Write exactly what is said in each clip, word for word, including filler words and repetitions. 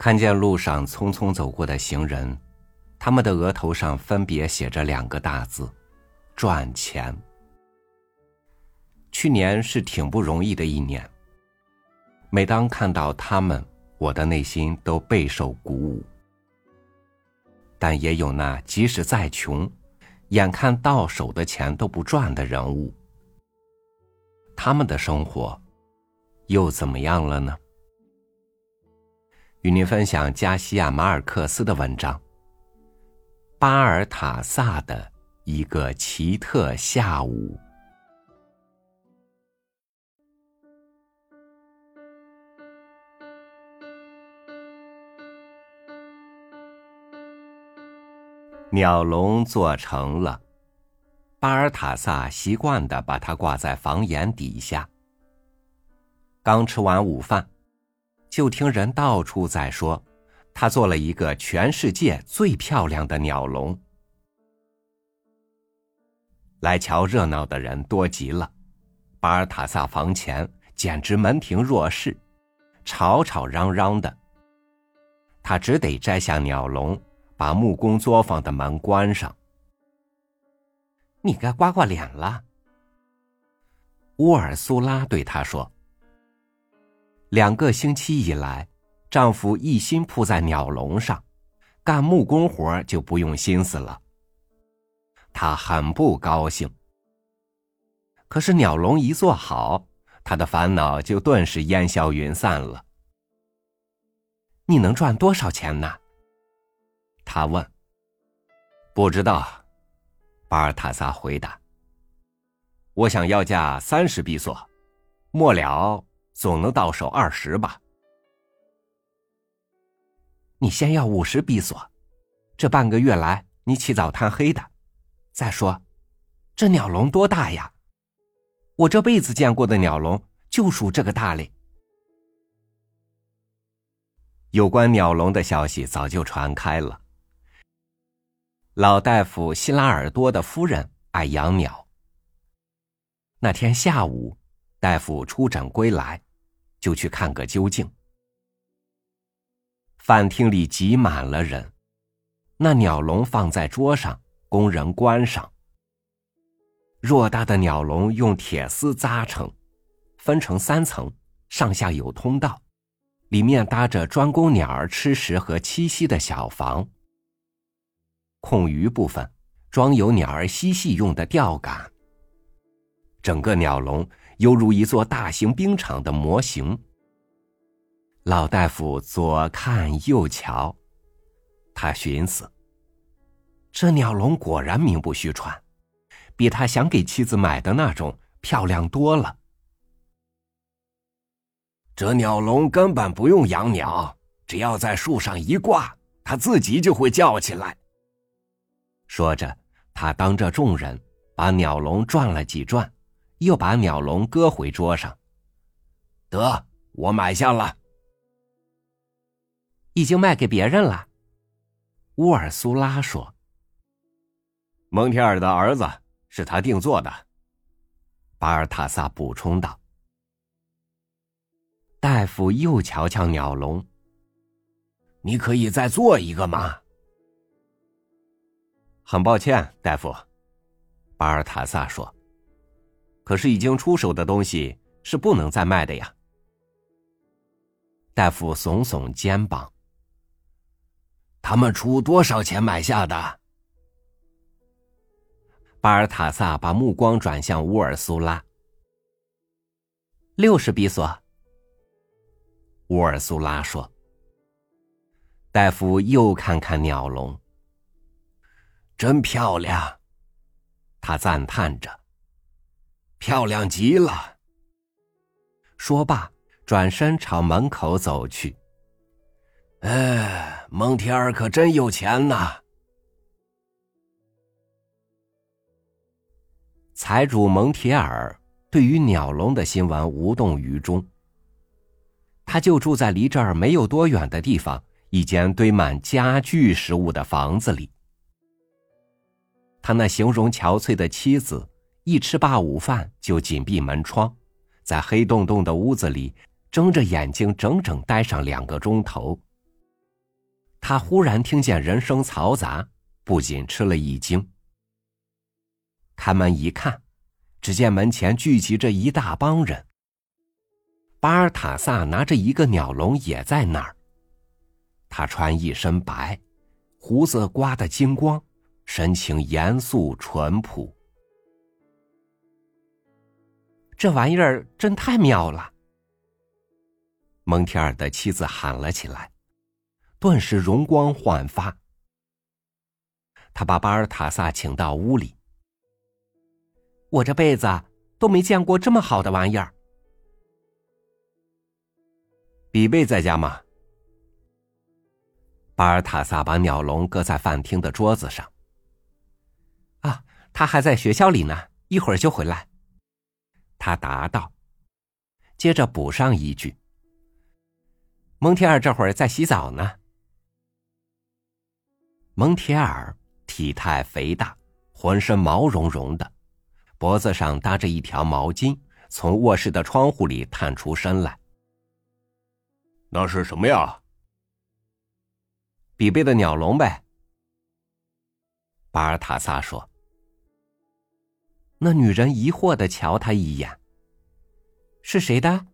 看见路上匆匆走过的行人，他们的额头上分别写着两个大字：赚钱。去年是挺不容易的一年，每当看到他们，我的内心都备受鼓舞。但也有那即使再穷，眼看到手的钱都不赚的人物，他们的生活又怎么样了呢？与您分享加西亚马尔克斯的文章《巴尔塔萨的一个奇特下午》。鸟笼做成了，巴尔塔萨习惯地把它挂在房檐底下。刚吃完午饭，就听人到处在说，他做了一个全世界最漂亮的鸟笼。来瞧热闹的人多极了，巴尔塔萨房前简直门庭若市，吵吵嚷嚷的。他只得摘下鸟笼，把木工作坊的门关上。你该刮刮脸了，乌尔苏拉对他说。两个星期以来，丈夫一心扑在鸟笼上，干木工活就不用心思了。他很不高兴。可是鸟笼一做好，他的烦恼就顿时烟消云散了。你能赚多少钱呢？他问。不知道，巴尔塔萨回答。我想要价三十比索，末了总能到手二十吧。你先要五十比索，这半个月来你起早贪黑的。再说，这鸟笼多大呀？我这辈子见过的鸟笼就属这个大哩。有关鸟笼的消息早就传开了。老大夫希拉尔多的夫人爱养鸟。那天下午，大夫出诊归来，就去看个究竟。饭厅里挤满了人，那鸟笼放在桌上，供人观赏。偌大的鸟笼用铁丝扎成，分成三层，上下有通道，里面搭着专供鸟儿吃食和栖息的小房。空余部分装有鸟儿嬉戏用的吊杆。整个鸟笼犹如一座大型冰场的模型。老大夫左看右瞧，他寻思，这鸟笼果然名不虚传，比他想给妻子买的那种漂亮多了。这鸟笼根本不用养鸟，只要在树上一挂，它自己就会叫起来。说着，他当着众人把鸟笼转了几转，又把鸟笼搁回桌上。得，我买下了。已经卖给别人了，乌尔苏拉说。蒙提尔的儿子是他定做的，巴尔塔萨补充道。大夫又瞧瞧鸟笼。你可以再做一个吗？很抱歉，大夫，巴尔塔萨说。可是已经出手的东西是不能再卖的呀。大夫耸耸肩膀。他们出多少钱买下的？巴尔塔萨把目光转向乌尔苏拉。六十比索，乌尔苏拉说。大夫又看看鸟笼。真漂亮，他赞叹着。漂亮极了。说罢，转身朝门口走去。哎，蒙提尔可真有钱呐！财主蒙提尔对于鸟笼的新闻无动于衷。他就住在离这儿没有多远的地方，一间堆满家具食物的房子里。他那形容憔悴的妻子一吃罢午饭就紧闭门窗，在黑洞洞的屋子里睁着眼睛整整待上两个钟头。 他忽然听见人声嘈杂，不仅吃了一惊。开门一看，只见门前聚集着一大帮人。巴尔塔萨拿着一个鸟笼也在那儿。他穿一身白，胡子刮得精光，神情严肃淳朴。这玩意儿真太妙了！蒙提尔的妻子喊了起来，顿时容光焕发。他把巴尔塔萨请到屋里。我这辈子都没见过这么好的玩意儿。比贝在家吗？巴尔塔萨把鸟笼搁在饭厅的桌子上。啊，他还在学校里呢，一会儿就回来。他答道，接着补上一句：蒙提尔这会儿在洗澡呢。蒙提尔体态肥大，浑身毛茸茸的，脖子上搭着一条毛巾，从卧室的窗户里探出身来。 那是什么呀？ 比贝的鸟笼呗。巴尔塔萨说。那女人疑惑地瞧他一眼。是谁的？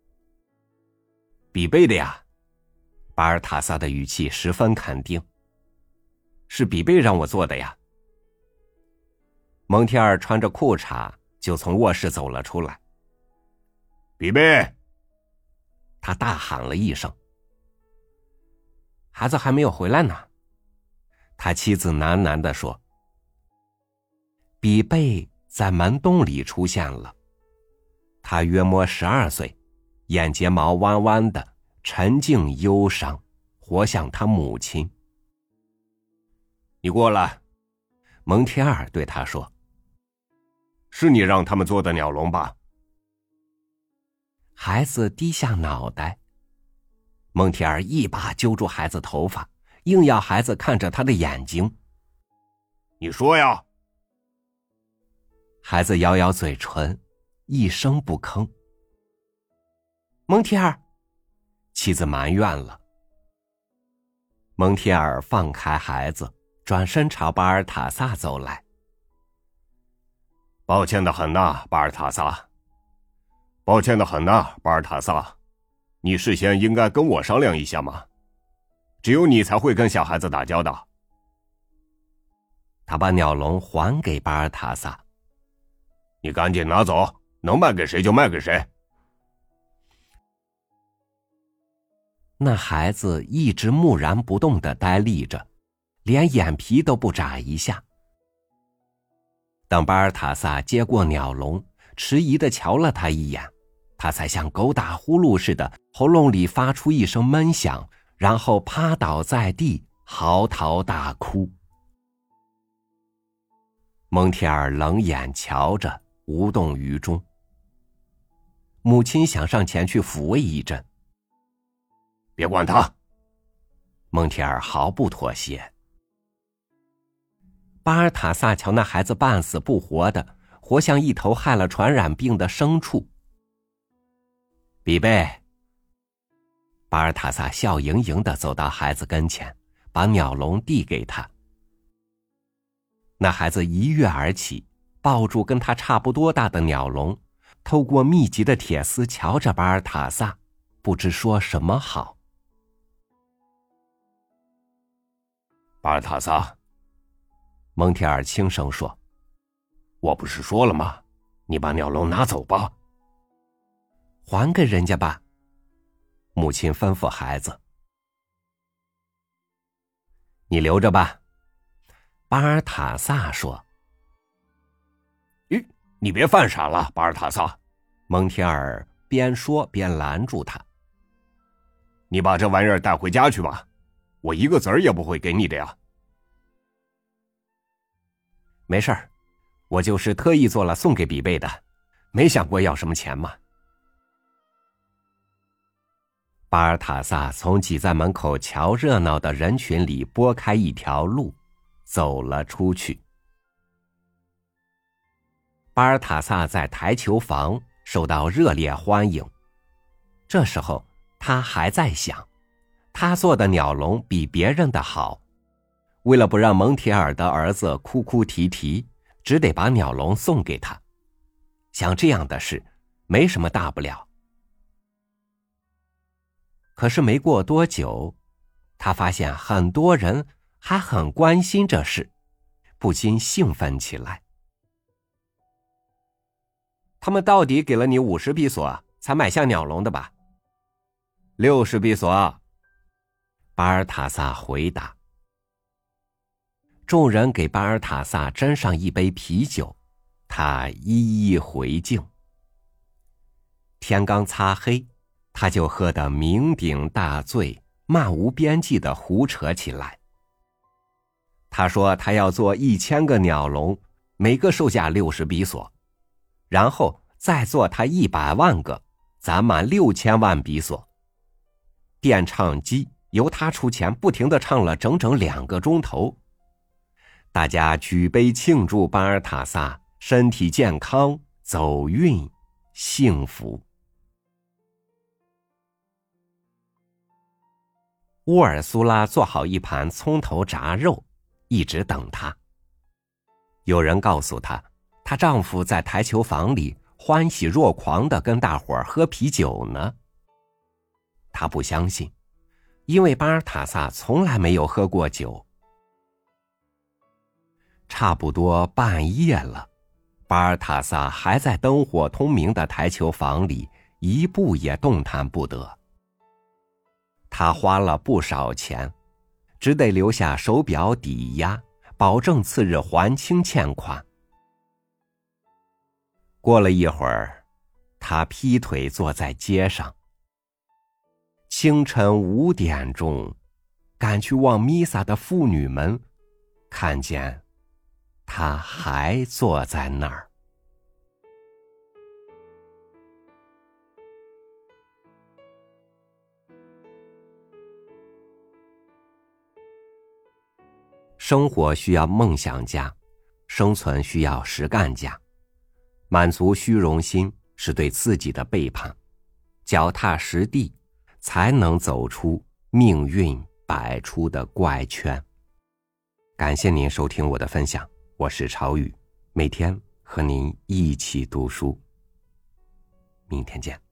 比贝的呀。 巴尔塔萨的语气十分肯定。是比贝让我做的呀。蒙提尔穿着裤衩就从卧室走了出来。 比贝！ 他大喊了一声。孩子还没有回来呢。他妻子喃喃地说。比贝在门洞里出现了。他约摸十二岁，眼睫毛弯弯的，沉静忧伤，活像他母亲。 你过来。 蒙提尔对他说。 是你让他们做的鸟笼吧？ 孩子低下脑袋。蒙提尔一把揪住孩子头发，硬要孩子看着他的眼睛。 你说呀。 孩子咬咬嘴唇，一声不吭。蒙提尔，妻子埋怨了。蒙提尔放开孩子，转身朝巴尔塔萨走来。 抱歉的很呐，巴尔塔萨。抱歉的很呐，巴尔塔萨。你事先应该跟我商量一下嘛。只有你才会跟小孩子打交道。 他把鸟笼还给巴尔塔萨。 你赶紧拿走，能卖给谁就卖给谁。 那孩子一直木然不动地呆立着，连眼皮都不眨一下。等巴尔塔萨接过鸟笼，迟疑地瞧了他一眼，他才像狗打呼噜似的，喉咙里发出一声闷响，然后趴倒在地，嚎啕大哭。蒙提尔冷眼瞧着，无动于衷。母亲想上前去抚慰一阵。 别管他。 蒙提尔毫不妥协。巴尔塔萨瞧那孩子半死不活的，活像一头害了传染病的牲畜。比贝。巴尔塔萨笑盈盈地走到孩子跟前，把鸟笼递给他。那孩子一跃而起，抱住跟他差不多大的鸟笼，透过密集的铁丝瞧着巴尔塔萨，不知说什么好。 巴尔塔萨。 蒙提尔轻声说。 我不是说了吗？你把鸟笼拿走吧。 还给人家吧。母亲吩咐孩子。你留着吧。巴尔塔萨说。 咦，你别犯傻了，巴尔塔萨。 蒙提尔边说边拦住他。 你把这玩意儿带回家去吧，我一个子儿也不会给你的呀。 没事儿，我就是特意做了送给比贝的，没想过要什么钱嘛。巴尔塔萨从挤在门口瞧热闹的人群里拨开一条路，走了出去。巴尔塔萨在台球房受到热烈欢迎。这时候他还在想， 他做的鸟笼比别人的好。为了不让蒙铁尔的儿子哭哭啼啼，只得把鸟笼送给他。像这样的事没什么大不了。可是没过多久，他发现很多人还很关心这事，不禁兴奋起来。他们到底给了你五十比索才买下鸟笼的吧？六十比索，巴尔塔萨回答。众人给巴尔塔萨斟上一杯啤酒，他一一回敬。天刚擦黑，他就喝得酩酊大醉，漫无边际地胡扯起来。他说他要做一千个鸟笼，每个售价六十比索，然后再做他一百万个，攒满六千万比索。电唱机由他出钱，不停地唱了整整两个钟头。大家举杯庆祝巴尔塔萨身体健康，走运幸福。乌尔苏拉做好一盘葱头炸肉，一直等他。有人告诉她，她丈夫在台球房里欢喜若狂地跟大伙儿喝啤酒呢。她不相信，因为巴尔塔萨从来没有喝过酒。差不多半夜了，巴尔塔萨还在灯火通明的台球房里一步也动弹不得。他花了不少钱，只得留下手表抵押，保证次日还清欠款。过了一会儿，他劈腿坐在街上。清晨五点钟，赶去望弥撒的妇女们看见他还坐在那儿。生活需要梦想家，生存需要实干家。满足虚荣心是对自己的背叛，脚踏实地才能走出命运百出的怪圈。感谢您收听我的分享，我是朝宇，每天和您一起读书。明天见。